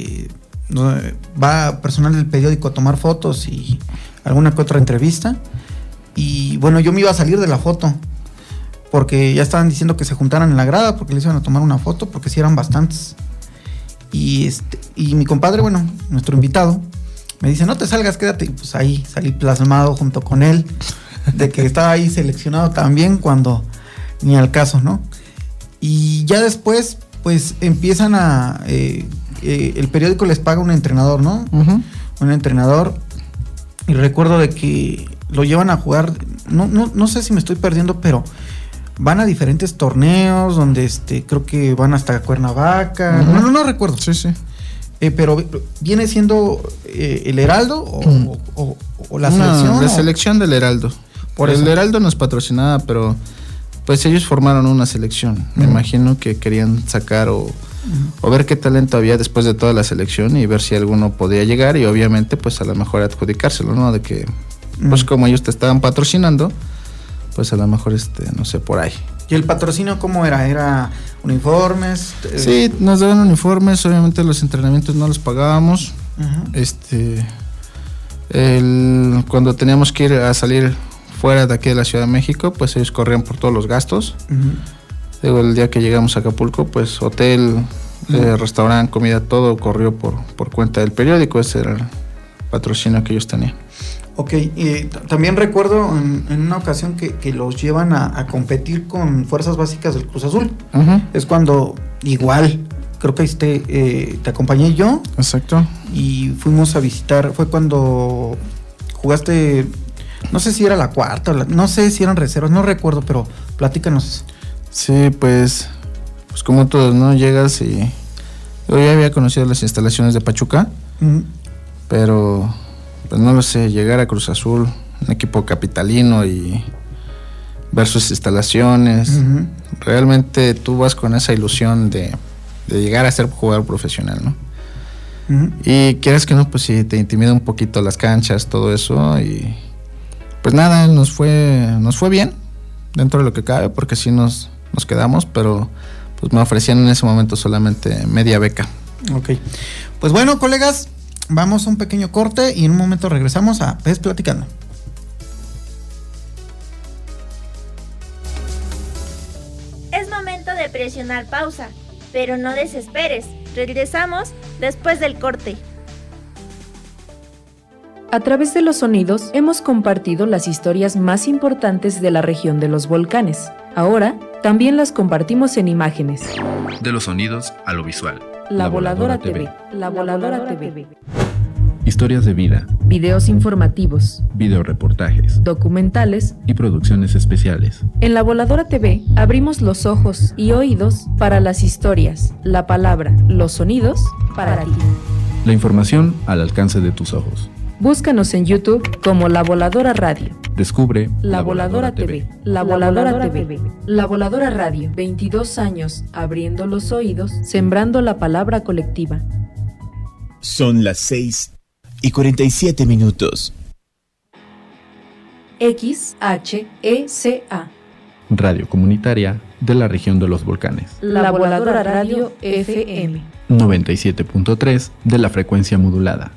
va personal del periódico a tomar fotos y alguna que otra entrevista. Y bueno, yo me iba a salir de la foto, porque ya estaban diciendo que se juntaran en la grada, porque les iban a tomar una foto, porque sí eran bastantes. Y mi compadre, bueno, nuestro invitado, me dice, no te salgas, quédate. Y pues ahí salí plasmado junto con él, de que estaba ahí seleccionado también cuando ni al caso, ¿no? Y ya después, pues empiezan el periódico les paga un entrenador, ¿no? Un entrenador, y recuerdo de que lo llevan a jugar, no sé si me estoy perdiendo, pero van a diferentes torneos donde creo que van hasta Cuernavaca, no recuerdo. Sí. Pero viene siendo el Heraldo o la selección. La selección del Heraldo. El Heraldo nos patrocinaba, pero pues ellos formaron una selección. Me imagino que querían sacar o ver qué talento había después de toda la selección y ver si alguno podía llegar y obviamente pues a lo mejor adjudicárselo, ¿no? De que pues como ellos te estaban patrocinando, pues a lo mejor no sé, por ahí. ¿Y el patrocinio cómo era? ¿Era uniformes? Sí, nos daban uniformes, obviamente los entrenamientos no los pagábamos. Cuando teníamos que ir a salir fuera de aquí de la Ciudad de México, pues ellos corrían por todos los gastos. Digo, el día que llegamos a Acapulco, pues hotel, restaurante, comida, todo corrió por cuenta del periódico. Ese era el patrocinio que ellos tenían. Ok, también recuerdo en una ocasión que los llevan a competir con fuerzas básicas del Cruz Azul. Es cuando igual, creo que te acompañé yo. Exacto. Y fuimos a visitar, fue cuando jugaste, no sé si era la cuarta, no sé si eran reservas, no recuerdo, pero platícanos. Sí, pues como todos, ¿no? Llegas y yo ya había conocido las instalaciones de Pachuca, pero pues no lo sé, llegar a Cruz Azul, un equipo capitalino y ver sus instalaciones, realmente tú vas con esa ilusión de llegar a ser jugador profesional, ¿no? Uh-huh. Y quieres que no, pues sí, te intimida un poquito las canchas, todo eso, y pues nada, nos fue bien, dentro de lo que cabe, porque sí nos quedamos, pero pues me ofrecían en ese momento solamente media beca. Ok, pues bueno, colegas, vamos a un pequeño corte y en un momento regresamos a PES Platicando. Es momento de presionar pausa, pero no desesperes. Regresamos después del corte. A través de los sonidos hemos compartido las historias más importantes de la región de los volcanes. Ahora también las compartimos en imágenes. De los sonidos a lo visual. La Voladora TV. La Voladora TV. Historias de vida, Videos informativos, videoreportajes documentales. y producciones especiales. En La Voladora TV abrimos los ojos y oídos para las historias, la palabra, los sonidos para ti. La información al alcance de tus ojos. Búscanos en YouTube como La Voladora Radio. Descubre La Voladora TV. La Voladora TV. La Voladora Radio. 22 años abriendo los oídos, sembrando la palabra colectiva. Son las 6:47. XHECA. Radio Comunitaria de la región de los volcanes. La Voladora Radio FM. 97.3 de la frecuencia modulada.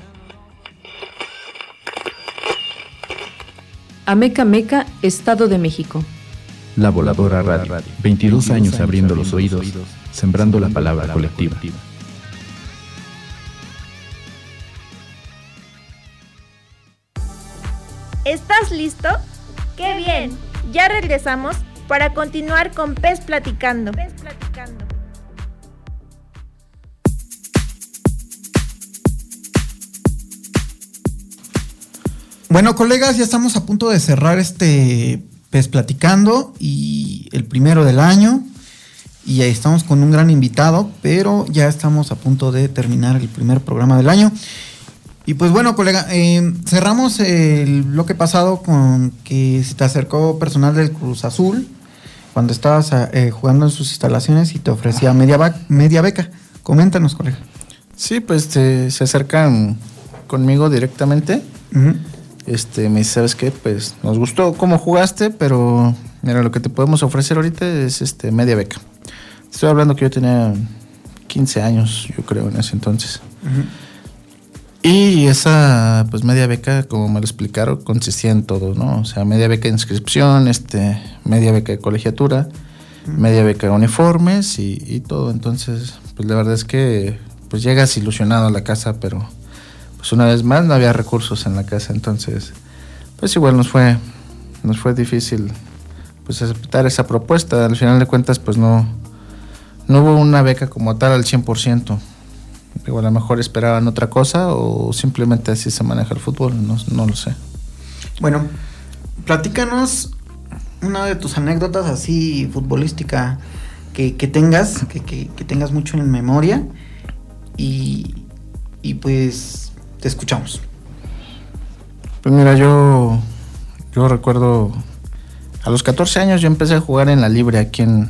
Amecameca, Estado de México. La Voladora Radio. 22 años abriendo los oídos, sembrando la palabra colectiva. ¿Estás listo? ¡Qué bien! Ya regresamos para continuar con PES Platicando. Bueno, colegas, ya estamos a punto de cerrar este PES Platicando y el primero del año. Y ahí estamos con un gran invitado, pero ya estamos a punto de terminar el primer programa del año. Y pues bueno, colega, cerramos el bloque pasado con que se te acercó personal del Cruz Azul cuando estabas jugando en sus instalaciones y te ofrecía media beca. Coméntanos, colega. Sí, pues se acercan conmigo directamente. Uh-huh. Me dice, ¿sabes qué? Pues nos gustó cómo jugaste, pero mira, lo que te podemos ofrecer ahorita es media beca. Estoy hablando que yo tenía 15 años, yo creo, en ese entonces. Uh-huh. Y esa, pues, media beca, como me lo explicaron, consistía en todo, ¿no? O sea, media beca de inscripción, media beca de colegiatura, media beca de uniformes y todo. Entonces, pues, la verdad es que, pues, llegas ilusionado a la casa, pero, pues, una vez más no había recursos en la casa. Entonces, pues, igual nos fue difícil, pues, aceptar esa propuesta. Al final de cuentas, pues, no hubo una beca como tal al 100%. Digo, a lo mejor esperaban otra cosa o simplemente así se maneja el fútbol, no lo sé. Bueno, platícanos una de tus anécdotas así futbolística que tengas, que tengas mucho en memoria y pues te escuchamos. Pues mira, yo recuerdo a los 14 años yo empecé a jugar en la libre aquí en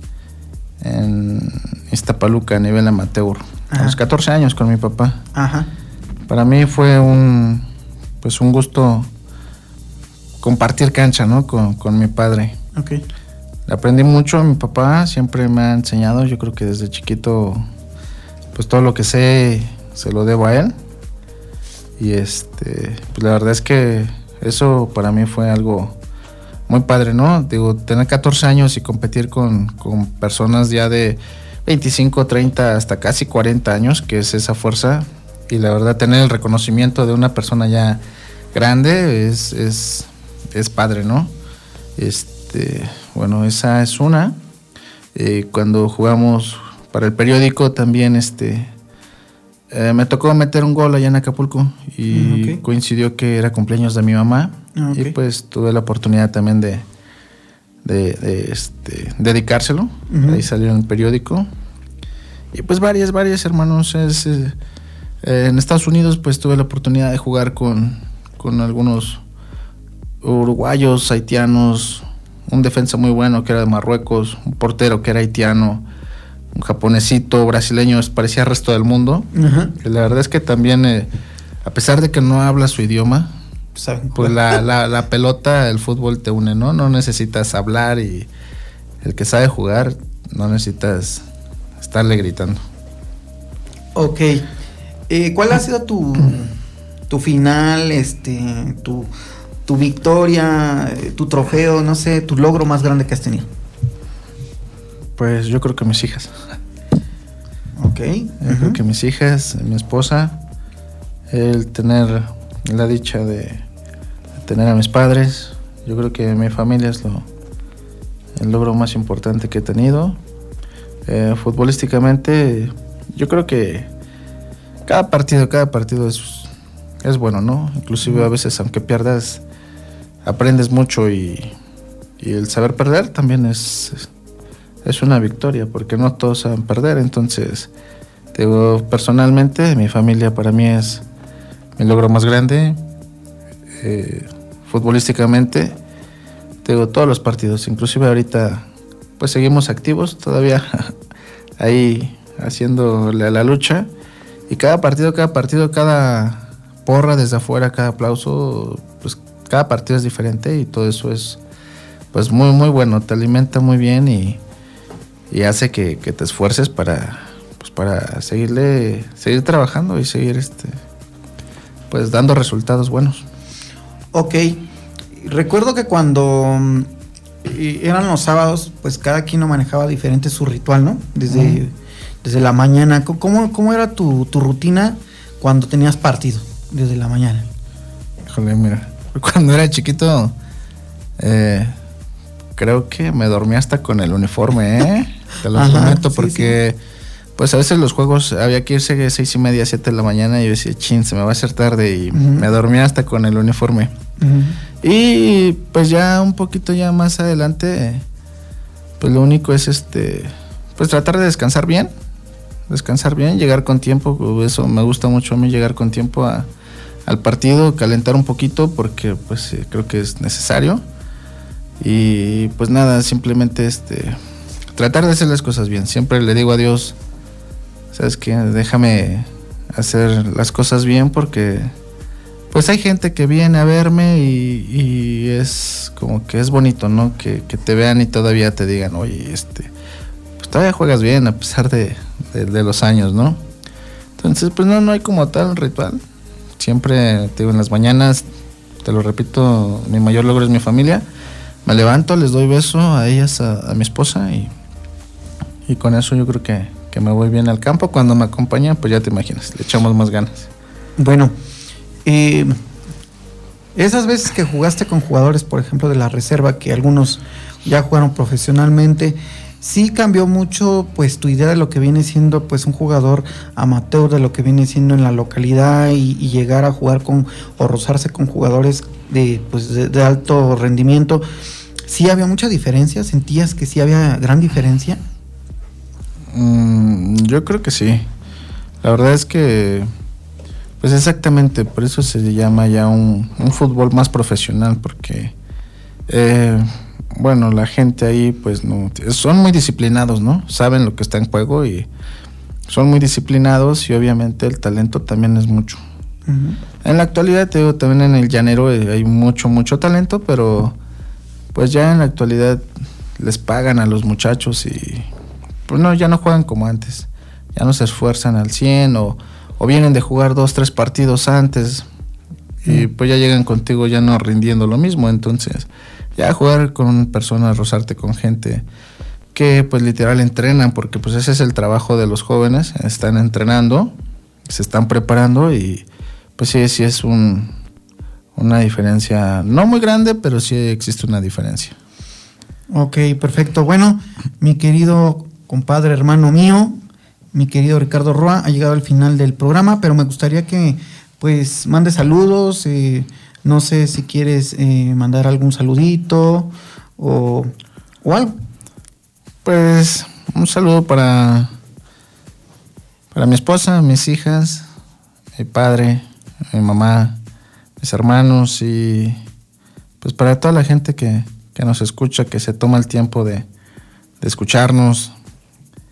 Iztapaluca a nivel amateur. Ajá. A los 14 años con mi papá. Ajá. Para mí fue un gusto compartir cancha, ¿no? Con mi padre. Okay. Aprendí mucho, mi papá siempre me ha enseñado, yo creo que desde chiquito, pues todo lo que sé se lo debo a él. Y pues la verdad es que eso para mí fue algo muy padre, ¿no? Digo, tener 14 años y competir con personas ya de 25, 30, hasta casi 40 años, que es esa fuerza, y la verdad tener el reconocimiento de una persona ya grande es padre, ¿no? Bueno, esa es una. Cuando jugamos para el periódico también me tocó meter un gol allá en Acapulco y coincidió que era cumpleaños de mi mamá. Y pues tuve la oportunidad también de dedicárselo. Ahí salió en el periódico y pues varias hermanos. En Estados Unidos pues tuve la oportunidad de jugar con algunos uruguayos, haitianos, un defensa muy bueno que era de Marruecos, un portero que era haitiano, un japonesito, brasileño, parecía resto del mundo. Uh-huh. Y la verdad es que también, a pesar de que no habla su idioma, pues la pelota, el fútbol te une, ¿no? No necesitas hablar y el que sabe jugar, no necesitas estarle gritando. Ok. ¿Cuál ha sido tu final, tu victoria, tu trofeo, no sé, tu logro más grande que has tenido? Pues yo creo que mis hijas. Ok. Yo creo que mis hijas, mi esposa, el tener la dicha de tener a mis padres, yo creo que mi familia es el logro más importante que he tenido. Futbolísticamente, yo creo que cada partido es bueno, ¿no? Inclusive a veces, aunque pierdas, aprendes mucho y el saber perder también es una victoria, porque no todos saben perder. Entonces, digo, personalmente, mi familia para mí es mi logro más grande. Futbolísticamente, digo, todos los partidos, inclusive ahorita, pues seguimos activos todavía ahí haciéndole a la lucha, y cada partido, cada porra desde afuera, cada aplauso, pues cada partido es diferente, y todo eso es pues muy muy bueno, te alimenta muy bien y hace que te esfuerces para seguir trabajando y seguir pues dando resultados buenos. Ok, recuerdo que cuando eran los sábados, pues cada quien lo manejaba diferente su ritual, ¿no? Desde la mañana. ¿Cómo era tu rutina cuando tenías partido desde la mañana? Híjole, mira, cuando era chiquito, creo que me dormía hasta con el uniforme, te lo prometo, porque sí. Pues a veces los juegos había que irse 6:30, 7 de la mañana, y yo decía, chin, se me va a hacer tarde, y me dormía hasta con el uniforme. Y pues ya un poquito ya más adelante, pues lo único es pues tratar de descansar bien, llegar con tiempo. Eso me gusta mucho a mí, llegar con tiempo al partido, calentar un poquito, porque pues creo que es necesario. Y pues nada, simplemente tratar de hacer las cosas bien. Siempre le digo a Dios, ¿sabes qué? Déjame hacer las cosas bien, porque pues hay gente que viene a verme y es como que es bonito, ¿no? Que te vean y todavía te digan, oye, pues todavía juegas bien a pesar de los años, ¿no? Entonces, pues no hay como tal ritual. Siempre, te digo, en las mañanas, te lo repito, mi mayor logro es mi familia. Me levanto, les doy beso a ellas, a mi esposa, y con eso yo creo que me voy bien al campo. Cuando me acompañan, pues ya te imaginas, le echamos más ganas. Bueno, esas veces que jugaste con jugadores, por ejemplo, de la reserva, que algunos ya jugaron profesionalmente, sí cambió mucho pues tu idea de lo que viene siendo pues un jugador amateur, de lo que viene siendo en la localidad, y llegar a jugar o rozarse con jugadores de alto rendimiento. ¿Sí había mucha diferencia? ¿Sentías que sí había gran diferencia? Yo creo que sí. La verdad es que pues exactamente, por eso se llama ya un fútbol más profesional, porque bueno, la gente ahí pues no, son muy disciplinados, ¿no? Saben lo que está en juego y son muy disciplinados, y obviamente el talento también es mucho. En la actualidad, te digo, también en el llanero hay mucho talento, pero pues ya en la actualidad les pagan a los muchachos y pues no, ya no juegan como antes, ya no se esfuerzan al 100, o vienen de jugar 2-3 partidos antes y pues ya llegan contigo ya no rindiendo lo mismo. Entonces ya jugar con personas, rozarte con gente que pues literal entrenan, porque pues ese es el trabajo de los jóvenes, están entrenando, se están preparando, y pues sí es una diferencia no muy grande, pero sí existe una diferencia. Ok, perfecto. Bueno, mi querido compadre, hermano mío, mi querido Ricardo Roa, ha llegado al final del programa, pero me gustaría que pues mande saludos, no sé si quieres mandar algún saludito o algo. Pues un saludo para mi esposa, mis hijas, mi padre, mi mamá, mis hermanos, y pues para toda la gente que nos escucha, que se toma el tiempo de escucharnos.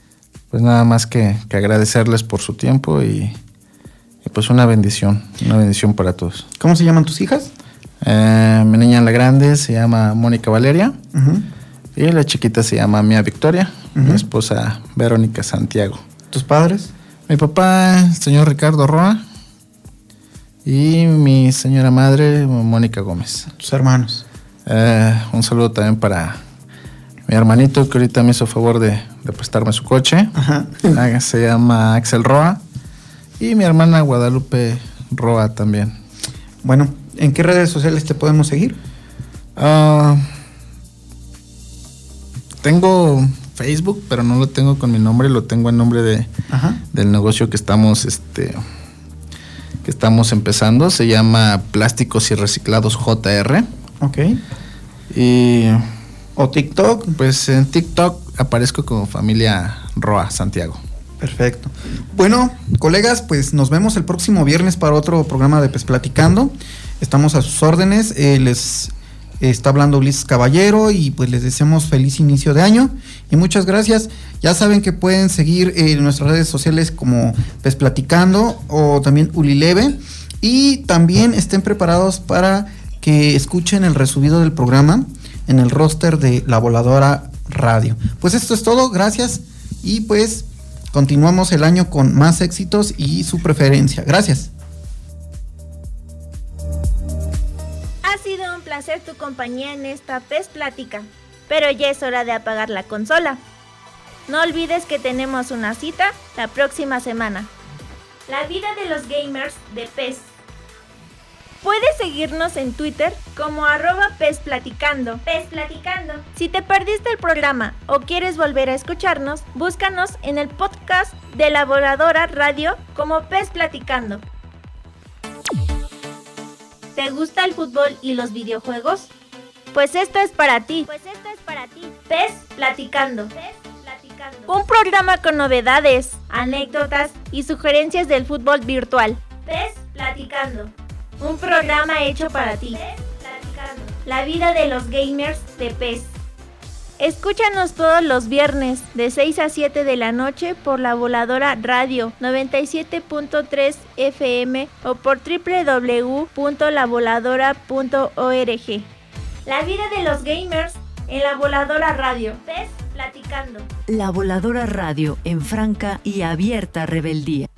pues nada más que agradecerles por su tiempo y pues una bendición para todos. ¿Cómo se llaman tus hijas? Mi niña la grande se llama Mónica Valeria, y la chiquita se llama Mía Victoria, mi esposa Verónica Santiago. ¿Tus padres? Mi papá, el señor Ricardo Roa, y mi señora madre, Mónica Gómez. ¿Tus hermanos? Un saludo también para mi hermanito, que ahorita me hizo favor de prestarme su coche. Se llama Axel Roa. Y mi hermana Guadalupe Roa también. Bueno, ¿en qué redes sociales te podemos seguir? Tengo Facebook, pero no lo tengo con mi nombre, lo tengo en nombre del negocio que estamos empezando. Se llama Plásticos y Reciclados JR. Ok. ¿O TikTok? Pues en TikTok aparezco como Familia Roa Santiago. Perfecto. Bueno, colegas, pues nos vemos el próximo viernes para otro programa de Pes Platicando. Estamos a sus órdenes. Les está hablando Ulises Caballero y pues les deseamos feliz inicio de año y muchas gracias. Ya saben que pueden seguir en nuestras redes sociales como Pes Platicando o también Ulileve, y también estén preparados para que escuchen el resubido del programa en el roster de La Voladora Radio. Pues esto es todo, gracias, y pues continuamos el año con más éxitos y su preferencia. Gracias. Ha sido un placer tu compañía en esta Pes Plática, pero ya es hora de apagar la consola. No olvides que tenemos una cita la próxima semana. La vida de los gamers de PES. Puedes seguirnos en Twitter como @PesPlaticando. PES Platicando. Si te perdiste el programa o quieres volver a escucharnos, búscanos en el podcast de La Voladora Radio como PES Platicando. ¿Te gusta el fútbol y los videojuegos? Pues esto es para ti. PES Platicando. Un programa con novedades, anécdotas y sugerencias del fútbol virtual. PES Platicando. Un programa hecho para ti. La vida de los gamers de PES. Escúchanos todos los viernes de 6 a 7 de la noche por La Voladora Radio 97.3 FM o por www.lavoladora.org. La vida de los gamers en La Voladora Radio. PES Platicando. La Voladora Radio en franca y abierta rebeldía.